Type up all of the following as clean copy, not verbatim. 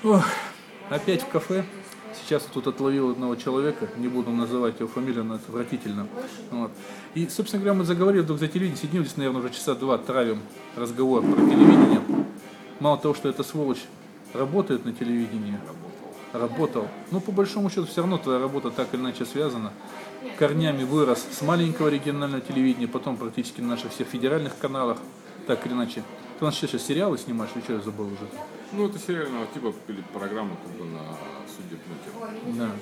Ох, опять в кафе. Сейчас тут отловил одного человека, не буду называть его фамилию, но это отвратительно. Вот. И, собственно говоря, мы заговорили вдруг за телевидение, сидим здесь, наверное, уже часа два травим разговор про телевидение. Мало того, что эта сволочь работает на телевидении, работал. Но по большому счету все равно твоя работа так или иначе связана. Корнями вырос с маленького регионального телевидения, потом практически на наших всех федеральных каналах, так или иначе. Ты у нас сейчас сериалы снимаешь, или что я забыл уже? Ну, это сериального типа или программа как бы на судебную тему. Да.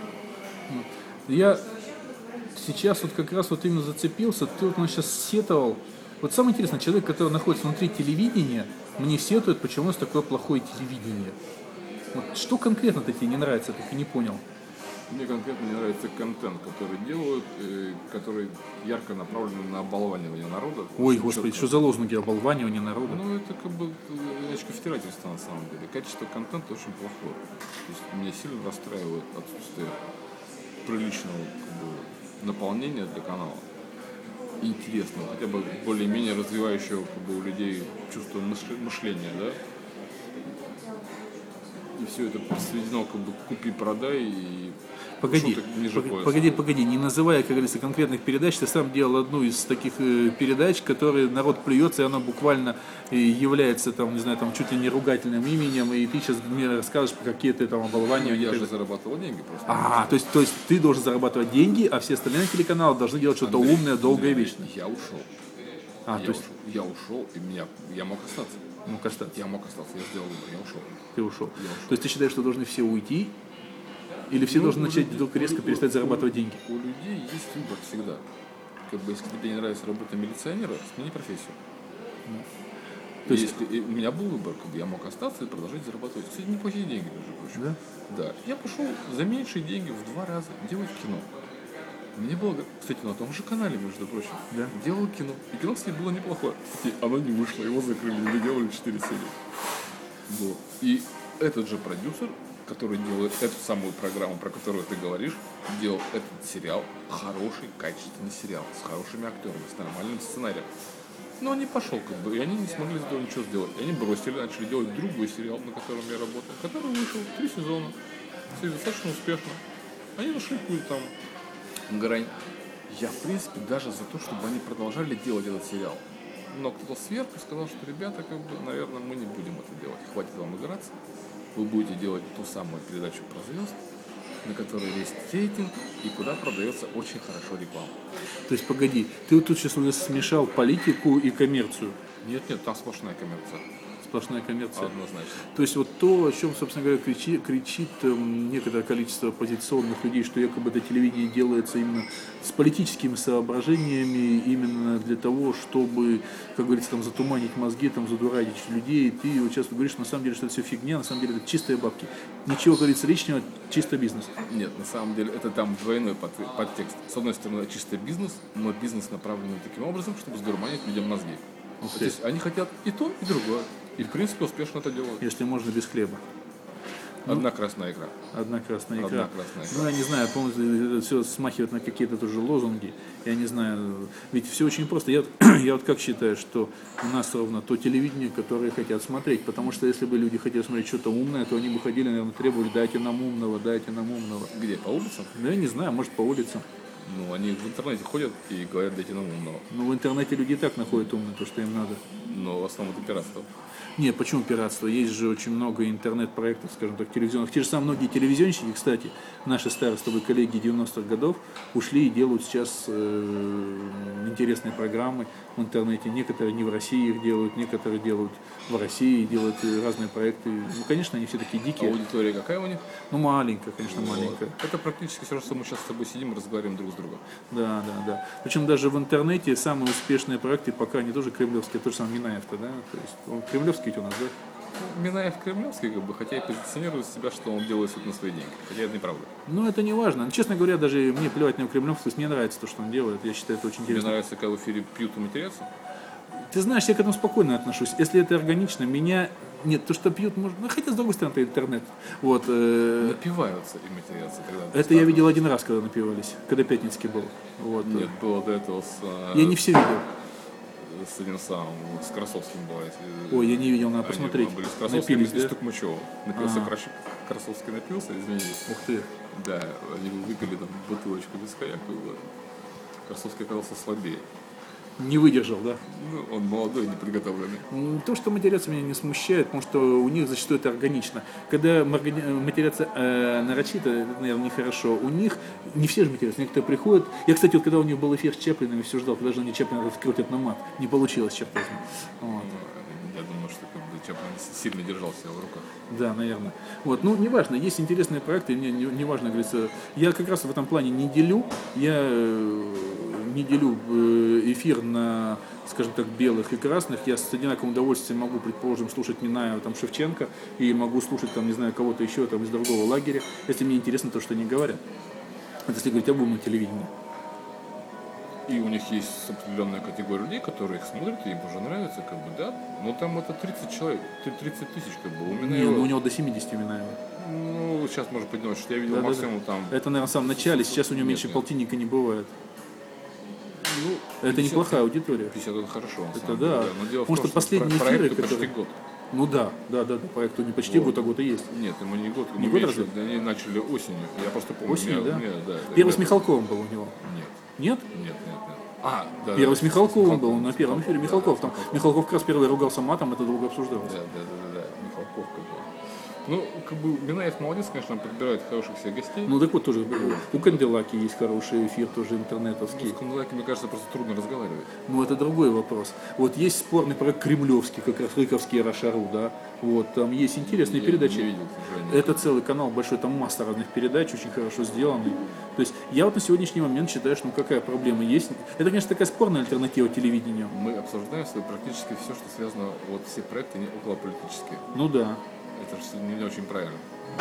Я сейчас вот как раз вот именно зацепился, ты вот сейчас сетовал. Вот самое интересное, человек, который находится внутри телевидения, мне сетует, почему у нас такое плохое телевидение. Вот что конкретно-то тебе не нравится, так и не понял. Мне конкретно не нравится контент, который делают, который ярко направлен на оболванивание народа. Ой, господи, что за лозунги оболванивания народа? Ну, это как бы очковтирательство на самом деле. Качество контента очень плохое. То есть меня сильно расстраивает отсутствие приличного как бы наполнения для канала. И интересного, хотя бы более-менее развивающего как бы, у людей чувство мышления, да? И все это сведено как бы купи-продай и Погоди, шуток ниже пояса. погоди, не называя, как говорится, конкретных передач, ты сам делал одну из таких передач, которые народ плюется, и она буквально является, там, не знаю, там, чуть ли не ругательным именем, и ты сейчас мне расскажешь, какие ты там оболвания. Я же зарабатывал деньги просто. То есть ты должен зарабатывать деньги, а все остальные телеканалы должны делать что-то умное, долгое и вечное. Я ушел. Я ушел, и я мог остаться. Мог остаться. Я мог остаться, я сделал выбор, я ушел. Ты ушел. То есть ты считаешь, что должны все уйти? Или все должны начать вдруг резко перестать зарабатывать деньги? У людей есть выбор всегда. Как бы, если тебе не нравится работа милиционера, смени профессию. То есть, если у меня был выбор, как бы я мог остаться и продолжать зарабатывать. Кстати, неплохие деньги, между прочим. Да? Да. Я пошел за меньшие деньги в 2 раза делать кино. Мне было, кстати, на том же канале, между прочим, делал кино. И кино, кстати, было неплохое. Кстати, оно не вышло, его закрыли, не делали 4 серии. Вот. И этот же продюсер, который делает эту самую программу, про которую ты говоришь, делал этот сериал, хороший, качественный сериал, с хорошими актерами, с нормальным сценарием. Но он не пошел, как бы, и они не смогли ничего сделать. И они бросили, начали делать другой сериал, на котором я работал, который вышел 3 сезона. Кстати, достаточно успешно. Они нашли какую-то там грань. Я, в принципе, даже за то, чтобы они продолжали делать этот сериал. Но кто-то сверху сказал, что ребята, как бы, наверное, мы не будем это делать. Хватит вам играться. Вы будете делать ту самую передачу про звезд, на которой есть рейтинг и куда продается очень хорошо реклама. То есть, погоди, ты вот тут сейчас у нас смешал политику и коммерцию. Нет, там сплошная коммерция. Сплошная коммерция. Однозначно. То есть вот то, о чем, собственно говоря, кричит некоторое количество оппозиционных людей, что якобы это телевидение делается именно с политическими соображениями, именно для того, чтобы, как говорится, там, затуманить мозги, там, задурадить людей. Ты вот сейчас говоришь, на самом деле, что это все фигня, на самом деле это чистые бабки. Ничего, как говорится, лишнего, чисто бизнес. Нет, на самом деле это там двойной подтекст. С одной стороны, чисто бизнес, но бизнес направлен таким образом, чтобы сдурманить людям мозги. То есть они хотят и то, и другое. И, в принципе, успешно это делают. Если можно без хлеба. Одна красная икра. Одна красная икра. Одна красная икра. Ну, я не знаю, полностью это все смахивает на какие-то тоже лозунги. Я не знаю. Ведь все очень просто. Я вот как считаю, что у нас ровно то телевидение, которое хотят смотреть. Потому что если бы люди хотели смотреть что-то умное, то они бы ходили, наверное, требовали: дайте нам умного, дайте нам умного. Где? По улицам? Ну, я не знаю, может, по улицам. Ну, они в интернете ходят и говорят: дайте нам умного. Ну, в интернете люди и так находят умное, то, что им надо. Но в основном это пиратство. Нет, почему пиратство? Есть же очень много интернет-проектов, скажем так, телевизионных. Те же самые многие телевизионщики, кстати, наши старые с тобой коллеги 90-х годов, ушли и делают сейчас интересные программы в интернете. Некоторые не в России их делают, некоторые делают в России, делают разные проекты. Ну, конечно, они все такие дикие. Аудитория какая у них? Ну, маленькая, конечно, маленькая. Это практически все, что мы сейчас с тобой сидим и разговариваем друг с другом. Да. Причем даже в интернете самые успешные проекты пока они тоже кремлевские, тот же самый Минаев-то, да? То есть он кремлевский ведь у нас, да? Минаев кремлевский, как бы, хотя и позиционирует себя, что он делает это на свои деньги. Хотя это неправда. Ну, это не важно. Честно говоря, даже мне плевать на его кремлевскость, мне нравится то, что он делает. Я считаю, это очень Мне интересно. нравится, когда в эфире пьют и матерятся. Ты знаешь, я к этому спокойно отношусь. Если это органично, меня... Нет, то, что пьют, можно... Ну, хотя, с другой стороны, это интернет. Вот, Напиваются и матерятся. Когда это я видел один раз, когда напивались, когда Пятницкий был. Вот. Нет, было до этого с... Я не все видел. с этим самым, с Красовским была. Ой, я не видел, надо Они посмотреть. были с Красовским Напились, и с да? Токмачевым. Напился Красовский напился, извините. Ух ты. Да, они выпили там бутылочку виска якобы. Красовский оказался слабее. Не выдержал, да? Ну, он молодой, неподготовленный. То, что матерятся, меня не смущает, потому что у них зачастую это органично. Когда матерятся нарочито, это, наверное, нехорошо. У них не все же матерятся, некоторые приходят. Я, кстати, вот когда у них был эфир с Чаплиным, я все ждал, когда же они Чаплина вкрутят на мат. Не получилось, черт возьми. Вот. Я думаю, что как бы Чаплин сильно держал себя в руках. Да, наверное. Вот, ну, неважно, есть интересные проекты, мне не важно, говорится, я как раз в этом плане не делю, я не делю эфир на, скажем так, белых и красных, я с одинаковым удовольствием могу, предположим, слушать Минаева, там, Шевченко, и могу слушать, там, не знаю, кого-то еще, там, из другого лагеря, если мне интересно то, что они говорят. Это если говорить об умном телевидении. И у них есть определенная категория людей, которые их смотрят, и им уже нравится, как бы, да. Но там это 30 человек, 30 тысяч, как бы. У Минаева, Не, ну у него до 70 Минаева. ну, сейчас можно поднимать, что я видел Да, максимум да. там. Это, наверное, в самом начале, сейчас у него меньше Нет. полтинника не бывает. Ну, Это 50, неплохая аудитория. 50 это хорошо, на Это самом да. деле. Но дело Потому в том, что последние проекту эфиры, почти которые- год. Ну да, проекту не почти год, а год и есть. Нет, ему не год, Не ему год меньше. разве? Они начали осенью. Я просто помню. Осенью, да? Да, Первый с ребята- Михалковым был у него. Нет, Нет? нет. А, да. Первый да, с Михалковым был, Михалковым, на первом эфире да, Михалков. Там Михалков. Михалков как раз первый ругался матом, это долго обсуждалось. Да, Михалков как бы. Ну, как бы Минаев молодец, конечно, он подбирает хороших себе гостей. Ну так вот тоже, у Канделаки есть хороший эфир, тоже интернетовский. С Канделаки, мне кажется, просто трудно разговаривать. Ну это другой вопрос. Вот есть спорный проект Кремлевский, как раз Рыковский Рошару, да. Вот, там есть интересные Я передачи. не видел, к сожалению. Это целый канал большой, там масса разных передач, очень хорошо сделанный. То есть я вот на сегодняшний момент считаю, что ну какая проблема есть. Это, конечно, такая спорная альтернатива телевидению. Мы обсуждаем практически все, что связано, вот все проекты не околополитические. Ну да. Это же не очень правильно.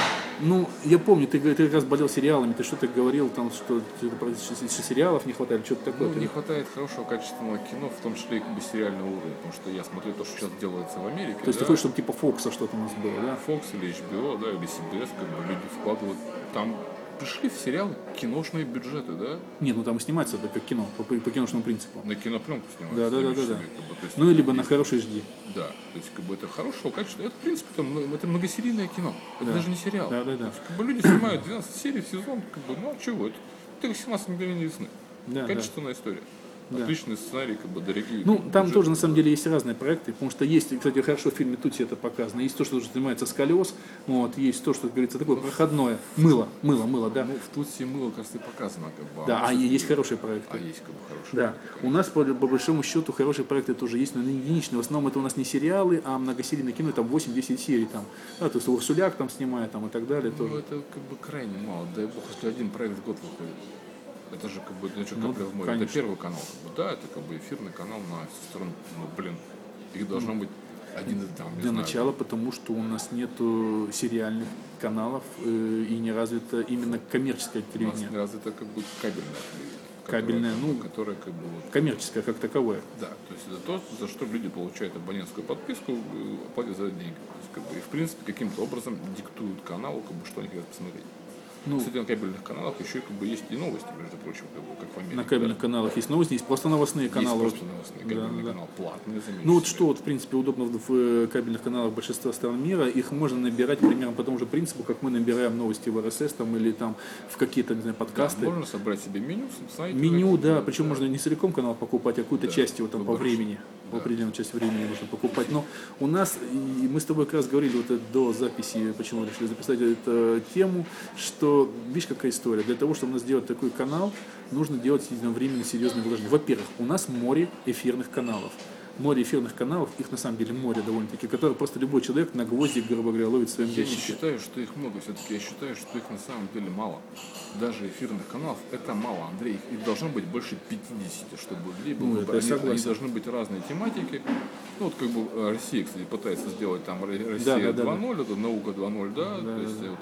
Ну, я помню, ты как раз болел сериалами, ты что-то говорил, там, что сериалов не хватает, что-то такое. Ну, не хватает хорошего качественного кино, в том числе и как бы сериального уровня, потому что я смотрю то, что сейчас делается в Америке. То есть да, ты хочешь, чтобы типа Фокса что-то у нас было, да? Fox или HBO, да, или CBS, как бы люди вкладывают. Там пришли в сериал киношные бюджеты, да, Не, ну там и снимается это как кино, по киношному принципу. на кинопленку снимают. Да. Как бы, то есть, Ну, либо на хороший жди. да, то есть как бы это хорошего качества. Это, в принципе, это многосерийное кино. Это даже не сериал. Да. То есть, как бы люди снимают 12 серий в сезон, как бы, ну а чего? Это 17 мгновений весны. Да, Качественная история. Да. Отличный сценарий, как бы дорогие. Ну, там бюджеты. тоже, на самом деле, есть разные проекты, потому что есть, кстати, хорошо в фильме Тутси это показано, есть то, что занимается с колес, вот, есть то, что, как говорится, такое проходное, мыло, да. Ну, в Тутси мыло, кажется, и показано, как бы. Да, а может, есть хорошие проекты. А есть, как бы, хорошие. Да, у нас по большому счету хорошие проекты тоже есть, но они единичные. В основном это у нас не сериалы, а многосерийное кино, там 8-10 серий там. Да, то есть Урсуляк там снимает там и так далее Ну, тоже. это как бы крайне мало. Дай бог, если один проект в год выходит. Это же как бы, ну, что, Ну, капля в море. конечно. Это первый канал. Как бы, да, это как бы эфирный канал на все стороны. Ну, блин, их должно быть один, там, не Для знаю, начала, потому что у нас нету сериальных каналов и не развито именно коммерческое у нас телевидение. не развито как бы кабельное. Кабельное, ну, которое как бы вот, Коммерческое как таковое. да, то есть это то, за что люди получают абонентскую подписку, платят за деньги. То есть, как бы, и в принципе каким-то образом диктуют каналу, как бы, что они хотят посмотреть. Ну, Кстати, на кабельных каналах еще как бы есть и новости, между прочим, как, бы, как в Америке. на кабельных да. каналах есть новости, есть просто новостные Есть каналы. просто новостный кабельный Да. канал, платный, заметьте Ну вот себе. что, вот, в принципе, удобно в кабельных каналах большинства стран мира, их можно набирать примерно по тому же принципу, как мы набираем новости в РСС там, или там в какие-то, не знаю, Да, подкасты. можно собрать себе меню, сайт. Меню, да, причем можно не целиком канал покупать, а какую-то Да, часть его там по выборочно. времени, в Да. определенную часть времени можно покупать. Но у нас, и мы с тобой как раз говорили вот это до записи, почему решили записать эту тему, что, видишь, какая история, для того, чтобы у нас сделать такой канал, нужно делать единовременно серьезные вложения. Во-первых, у нас море эфирных каналов. Море эфирных каналов, их на самом деле море довольно-таки, которые просто любой человек на гвоздик, грубо говоря, ловит в своем Я не ящике. считаю, что их много, все-таки я считаю, что их на самом деле мало. Даже эфирных каналов это мало, Андрей. Их должно быть больше 50, чтобы людей был Ну, выбор. это я Они согласен. должны быть разные тематики. Ну вот как бы Россия, кстати, пытается сделать там Да, Россия да. 2.0, это наука 2.0, да, Да, то есть вот,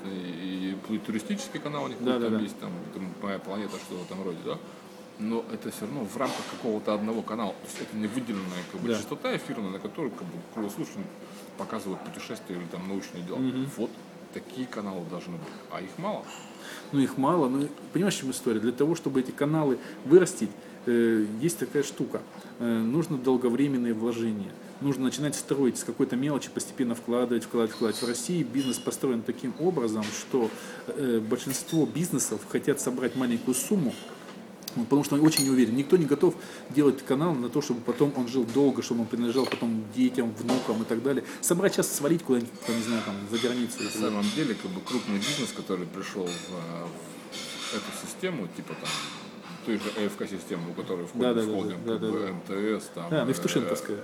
и туристический канал у них Да, там да. есть, там моя планета, что в этом роде, да. Но это все равно в рамках какого-то одного канала. То есть это не выделенная как бы, Да. частота эфирная, на которой как бы круглосуточно показывают путешествия или там научные дела. Вот такие каналы должны быть, а их мало. Ну, их мало, но понимаешь, в чем история? Для того, чтобы эти каналы вырастить, есть такая штука. Нужно долговременные вложения. Нужно начинать строить с какой-то мелочи, постепенно вкладывать. В России бизнес построен таким образом, что большинство бизнесов хотят собрать маленькую сумму, потому что он очень не уверен. Никто не готов делать канал на то, чтобы потом он жил долго, чтобы он принадлежал потом детям, внукам и так далее. Собрать сейчас, свалить куда-нибудь, не знаю, там, за границу. На самом деле, как бы крупный бизнес, который пришел в эту систему, типа там, той же АФК-систему, у которой входит в холдинг, МТС, там, ну, Евтушенковская.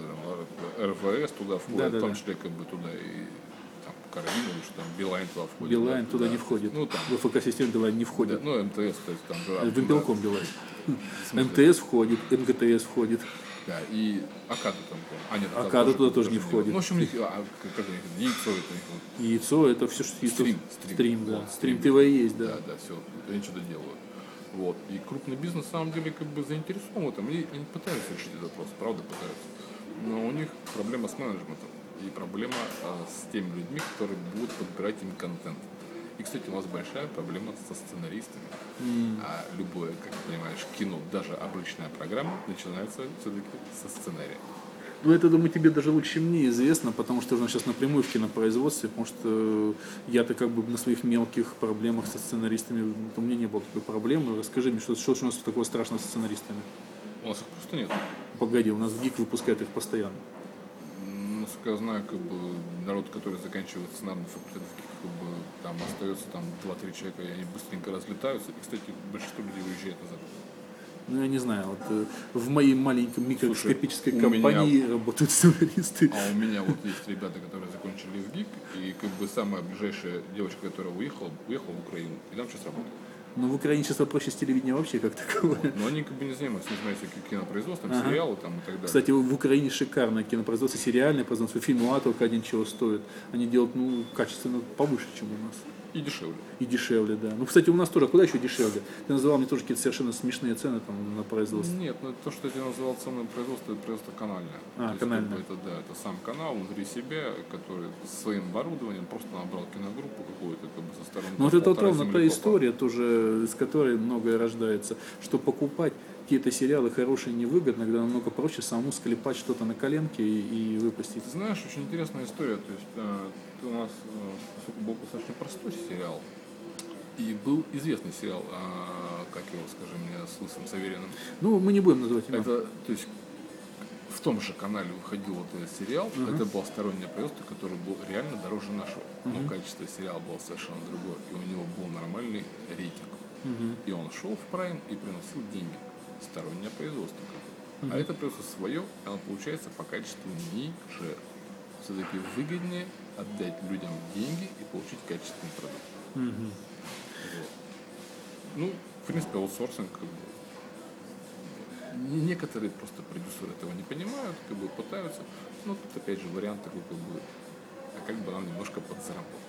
РФС туда входит, в том числе как бы туда и Каролина, или что там, Билайн туда входит. Билайн туда не входит. Ну, там, в ФК-систему Билайн не входит. Да, ну, МТС, кстати, там же. Вимпелком Билайн. МТС входит, МГТС входит. Да, и Акаду там. Нет, Акаду туда тоже не входит. Ну, в общем, у них, как у них, яйцо это. Яйцо это все, что Стрим, да. Вот, Стрим ТВ есть, да. Да, все, они что-то делают. Вот. И крупный бизнес на самом деле как бы заинтересован в этом. Они пытаются решить этот вопрос, правда пытаются. Но у них проблема с менеджментом и проблема с теми людьми, которые будут подбирать им контент. И, кстати, у нас большая проблема со сценаристами. А любое, как ты понимаешь, кино, даже обычная программа, начинается все-таки со сценария. Ну, это, думаю, тебе даже лучше, чем мне известно, потому что уже сейчас напрямую в кинопроизводстве, потому что я-то как бы на своих мелких проблемах со сценаристами, у меня не было такой проблемы. Расскажи мне, что у нас такого страшного со сценаристами? У нас их просто нет. Погоди, у нас ГИК выпускает их постоянно. Насколько я знаю, как бы народ, который заканчивает сценарный факультет, как бы там остается там 2-3 человека, и они быстренько разлетаются. И, кстати, большинство людей уезжает назад. Ну, я не знаю, вот в моей маленькой микроскопической компании работают сценаристы. А у меня вот есть ребята, которые закончили в ГИК, и как бы самая ближайшая девочка, которая уехала в Украину, и там сейчас работает. Но в Украине сейчас вопросе телевидения вообще как таковое. Но они как бы не занимаются кинопроизводством, сериалы там и так далее. Кстати, в Украине шикарное кинопроизводство, сериальное производство, фильм «А» только один чего стоит. Они делают, качественно повыше, чем у нас. И дешевле. И дешевле, да. Ну, кстати, у нас тоже, куда еще дешевле? Ты называл мне тоже какие-то совершенно смешные цены там на производство. Нет, то, что я тебе назвал ценой производства, это производство канальное. Канальное. Это сам канал внутри себя, который со своим оборудованием просто набрал киногруппу какую-то, как бы со стороны. Ну, вот это вот ровно та история тоже, с которой многое рождается, что покупать какие-то сериалы хорошие невыгодно, когда намного проще самому склепать что-то на коленке и выпустить. Ты знаешь, очень интересная история. То есть у нас был достаточно простой сериал. И был известный сериал, как его, скажи мне, с Лысым Савериным. Ну, мы не будем называть его. Это, то есть, в том же канале выходил вот этот сериал. Это было стороннее производство, которое было реально дороже нашего. Но качество сериала было совершенно другое. И у него был нормальный рейтинг. И он шел в прайм и приносил деньги. Стороннее производство. А это производство свое, оно получается по качеству ниже. Все-таки выгоднее отдать людям деньги и получить качественный продукт. Вот. Ну, в принципе, аутсорсинг как бы. Некоторые просто продюсеры этого не понимают, как бы пытаются. Но тут опять же вариант такой, как бы нам немножко подзаработать.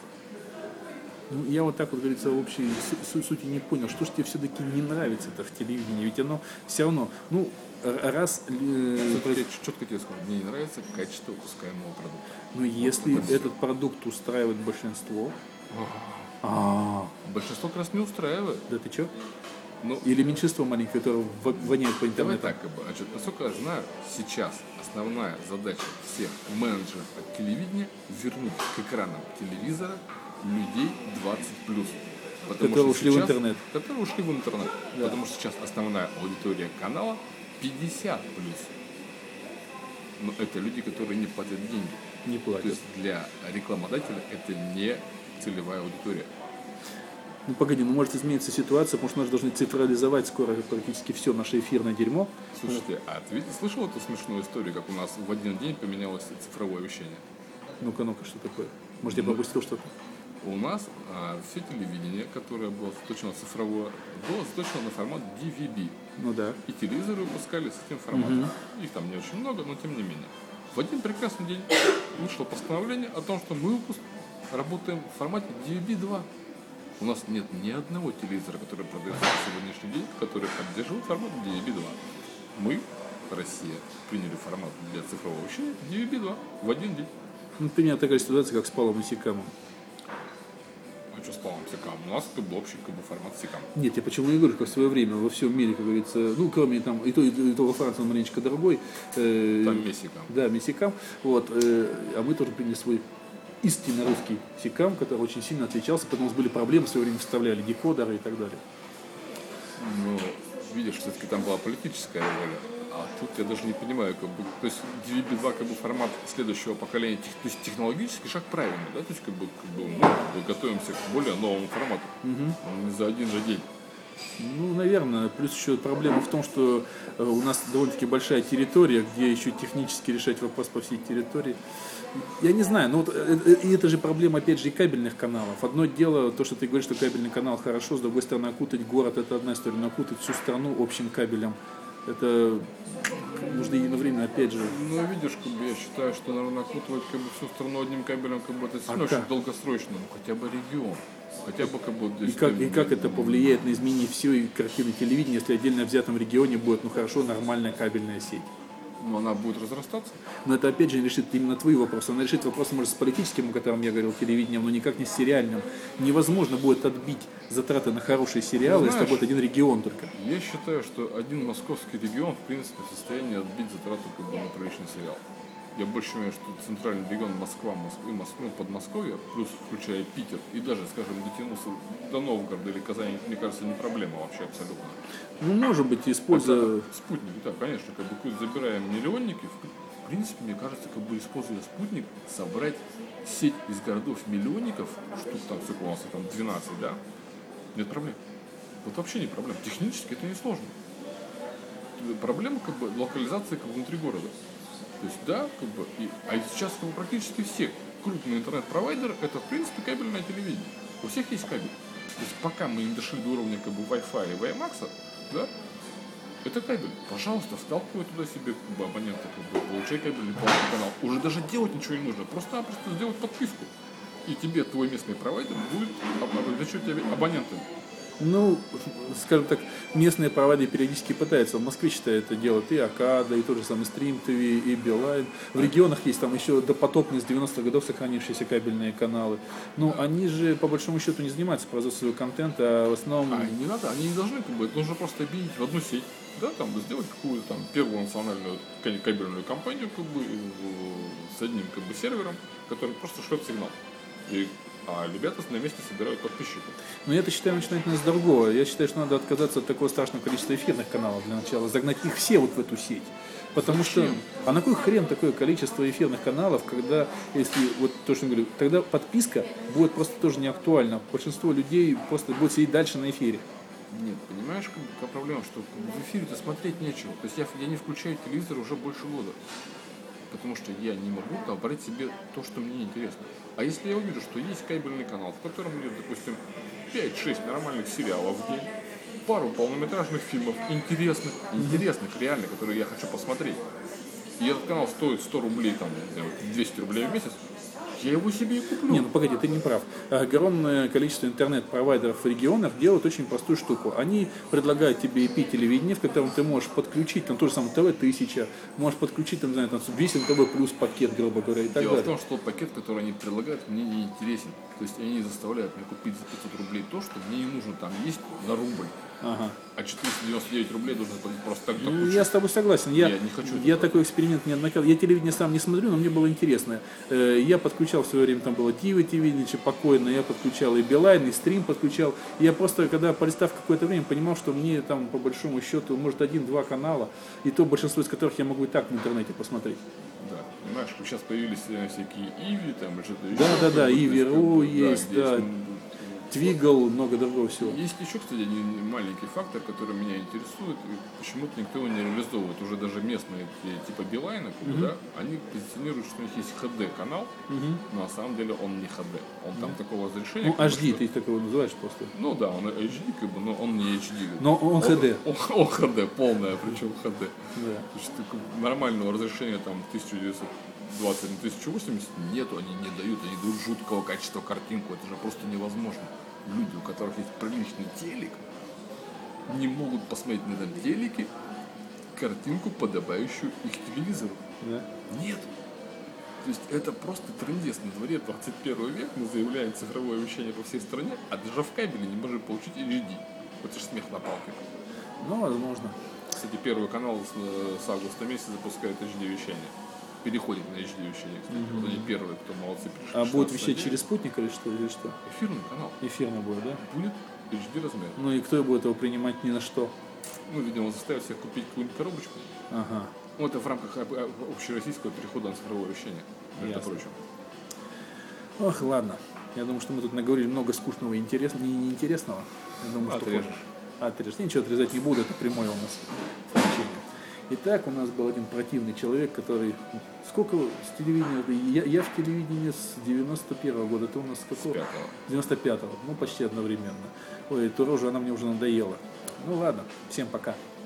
Ну, я вот так вот, говорится, в общей сути не понял, что же тебе все-таки не нравится-то в телевидении, ведь оно все равно, раз... Четко тебе скажу, мне не нравится качество выпускаемого продукта. Но если этот продукт устраивает большинство... Большинство как раз не устраивает. Да ты чё? Или меньшинство маленькое, которое воняет по интернету? Давай так, как бы. Насколько я знаю, сейчас основная задача всех менеджеров от телевидения вернуть к экранам телевизора людей 20+. Которые ушли в интернет. Которые ушли в интернет. Да. Потому что сейчас основная аудитория канала 50+. Но это люди, которые не платят деньги. Не платят. То есть для рекламодателя это не целевая аудитория. Ну погоди, может измениться ситуация, потому что мы же должны цифрализовать скоро практически все наше эфирное дерьмо. Слушайте, а ты слышал эту смешную историю, как у нас в один день поменялось цифровое вещание? Ну-ка, что такое? Может, я пропустил что-то? У нас все телевидение, которое было заточено цифровое, было заточено на формат DVB. Ну да. И телевизоры выпускали с этим форматом. Их там не очень много, но тем не менее. В один прекрасный день вышло постановление о том, что мы работаем в формате DVB-2. У нас нет ни одного телевизора, который продается на сегодняшний день, который поддерживает формат DVB-2. Мы, Россия, приняли формат для цифрового вещания DVB-2 в один день. Ну, ты меня такая ситуация, как с Павлом Исикамом. что с полным сикам. У нас как бы общий как бы формат сикам. Нет, я почему и говорю, что в свое время во всем мире, как говорится, ну, кроме там, и то во Франции он маленечко дорогой. Там месикам. Да, месикам. Вот, а мы тоже приняли свой истинно русский сикам, который очень сильно отличался, потому что были проблемы, в свое время вставляли декодеры и так далее. Ну, видишь, все-таки там была политическая воля. А тут я даже не понимаю, как бы, то есть DVB2 как бы формат следующего поколения, то есть технологический шаг правильный, да, то есть как бы мы готовимся к более новому формату, не за один же день. Ну, наверное. Плюс еще проблема в том, что у нас довольно-таки большая территория, где еще технически решать вопрос по всей территории. Я не знаю, но вот и это же проблема, опять же, и кабельных каналов. Одно дело, то, что ты говоришь, что кабельный канал хорошо, с другой стороны, окутать город – это одна история, но окутать всю страну общим кабелем – это нужно единовременно, опять же. Ну, видишь, как бы я считаю, что, наверное, окутывать как бы всю страну одним кабелем, как бы это сильно очень долгосрочно, ну, хотя бы регион. Хотя бы как бы... И как это повлияет на изменение всей картины телевидения, если отдельно взятом регионе будет, ну хорошо, нормальная кабельная сеть? Но она будет разрастаться. Но это опять же решит именно твои вопросы. Она решит вопросы, может, с политическим, о котором я говорил, телевидением, но никак не с сериальным. Невозможно будет отбить затраты на хорошие сериалы, если будет один регион только. Я считаю, что один московский регион, в принципе, в состоянии отбить затраты как бы, на приличный сериал. Я больше понимаю, что центральный регион Москва, ну, Подмосковье, плюс включая Питер, и даже, скажем, дотянулся до Новгорода или Казани, мне кажется, не проблема вообще абсолютно. Ну, может быть, используя... Спутник, да, конечно, как бы забираем миллионники, в принципе, мне кажется, как бы используя спутник, собрать сеть из городов-миллионников, штук там, сколько у нас там 12, да, нет проблем. Вот вообще не проблема. Технически это не сложно. Проблема как бы локализации как бы, внутри города. То есть, да, как бы, а сейчас как бы, практически все крупные интернет-провайдеры это, в принципе, кабельное телевидение. У всех есть кабель. То есть, пока мы не дошли до уровня как бы, Wi-Fi и WiMAX, да, это кабель. Пожалуйста, вталкивай туда себе как бы, абонента, как бы, получай кабельный полный канал. Уже даже делать ничего не нужно, просто-напросто сделать подписку. И тебе твой местный провайдер будет обеспечивать тебя абонентами. Ну, скажем так, местные провайдеры периодически пытаются. В Москве, считаю, это делают и Акада, и тот же самый Stream TV, и Билайн. В регионах есть там еще допотопные с 90-х годов сохранившиеся кабельные каналы. Но они же, по большому счету, не занимаются производством своего контента, а в основном... Не надо, они не должны, как бы, это нужно просто объединить в одну сеть. Да, там, сделать какую-то там первую национальную кабельную компанию, как бы, с одним как бы, сервером, который просто шлет сигнал. А ребята на месте собирают подписчиков. Но я-то считаю, начинать надо с другого. Я считаю, что надо отказаться от такого страшного количества эфирных каналов для начала, загнать их все вот в эту сеть. Потому что, а на кой хрен такое количество эфирных каналов, когда, если, вот то, что я говорю, тогда подписка будет просто тоже не актуальна. Большинство людей просто будет сидеть дальше на эфире. Нет, понимаешь, какая проблема, что в эфире-то смотреть нечего. То есть я не включаю телевизор уже больше года. Потому что я не могу отобрать себе то, что мне интересно. А если я увижу, что есть кабельный канал, в котором идет, допустим, 5-6 нормальных сериалов в день, пару полнометражных фильмов, интересных, реально, которые я хочу посмотреть, и этот канал стоит 100 рублей, там, 200 рублей в месяц, я его себе и куплю. Не, ну погоди, ты не прав. Огромное количество интернет-провайдеров в регионах делают очень простую штуку. Они предлагают тебе IP-телевидение, в котором ты можешь подключить, там, то же самое ТВ-1000, можешь подключить, там, не знаю, там, весь НТВ плюс пакет, грубо говоря, и так Дело далее. в том, что пакет, который они предлагают, мне не интересен. То есть они заставляют меня купить за 500 рублей то, что мне не нужно. Там есть на рубль. Ага. А 499 рублей должен платить просто так. Ну, я с тобой согласен. Я не хочу. Я такой эксперимент неоднократно. Я телевидение сам не смотрю, но мне было интересно. Я подключал в свое время, там было Тиви телевидение, покойно, я подключал и Билайн, и Стрим подключал. Я просто, когда полистав какое-то время, понимал, что мне там по большому счету, может, 1-2 канала, и то большинство из которых я могу и так в интернете посмотреть. Да, понимаешь, сейчас появились всякие Иви, там, Да, Иви.ру есть, да. Есть, Твигл, много другого всего. Есть еще, кстати, один маленький фактор, который меня интересует, и почему-то никто его не реализовывает. Уже даже местные, типа Билайна, да, они позиционируют, что у них есть HD-канал, но на самом деле он не HD. Он там такого разрешения. Ну, HD, ты такого называешь просто. Ну да, он HD, как бы, но он не HD. Но он HD. Он HD, полное, причем HD. Да. Значит, нормального разрешения там 1920 на 1080 нету, они не дают, они дают жуткого качества картинку, это же просто невозможно. Люди, у которых есть приличный телек, не могут посмотреть на этом телеке картинку, подобающую их телевизору. Да. Нет. То есть это просто трындец. На дворе 21 век, мы заявляем цифровое вещание по всей стране, а даже в кабеле не можем получить HD. Это же смех на палке. Ну, возможно. Кстати, Первый канал с августа месяца запускает HD-вещание. Переходит на HD-вещание, кстати. Вот они первые, кто молодцы пришли. А будет вещать через спутник или что? Или что? Эфирный канал. Эфирно будет, да? Будет HD размер. Ну и кто будет его принимать ни на что? Ну, видимо, заставят всех купить какую-нибудь коробочку. Ага. Ну, это в рамках общероссийского перехода на цифровое вещание, между Ясно. прочим. Ох, ладно. Я думаю, что мы тут наговорили много скучного и неинтересного. Я думаю, что Отрежешь. Отрежешь. Я ничего отрезать не буду, это прямое у нас сообщение. Итак, у нас был один противный человек, который... Сколько с телевидения... Я в телевидении с 91-го года. Это у нас с какого? С 5-го. С 95-го. Ну, почти одновременно. Ой, эту рожу, она мне уже надоела. Ну ладно, всем пока.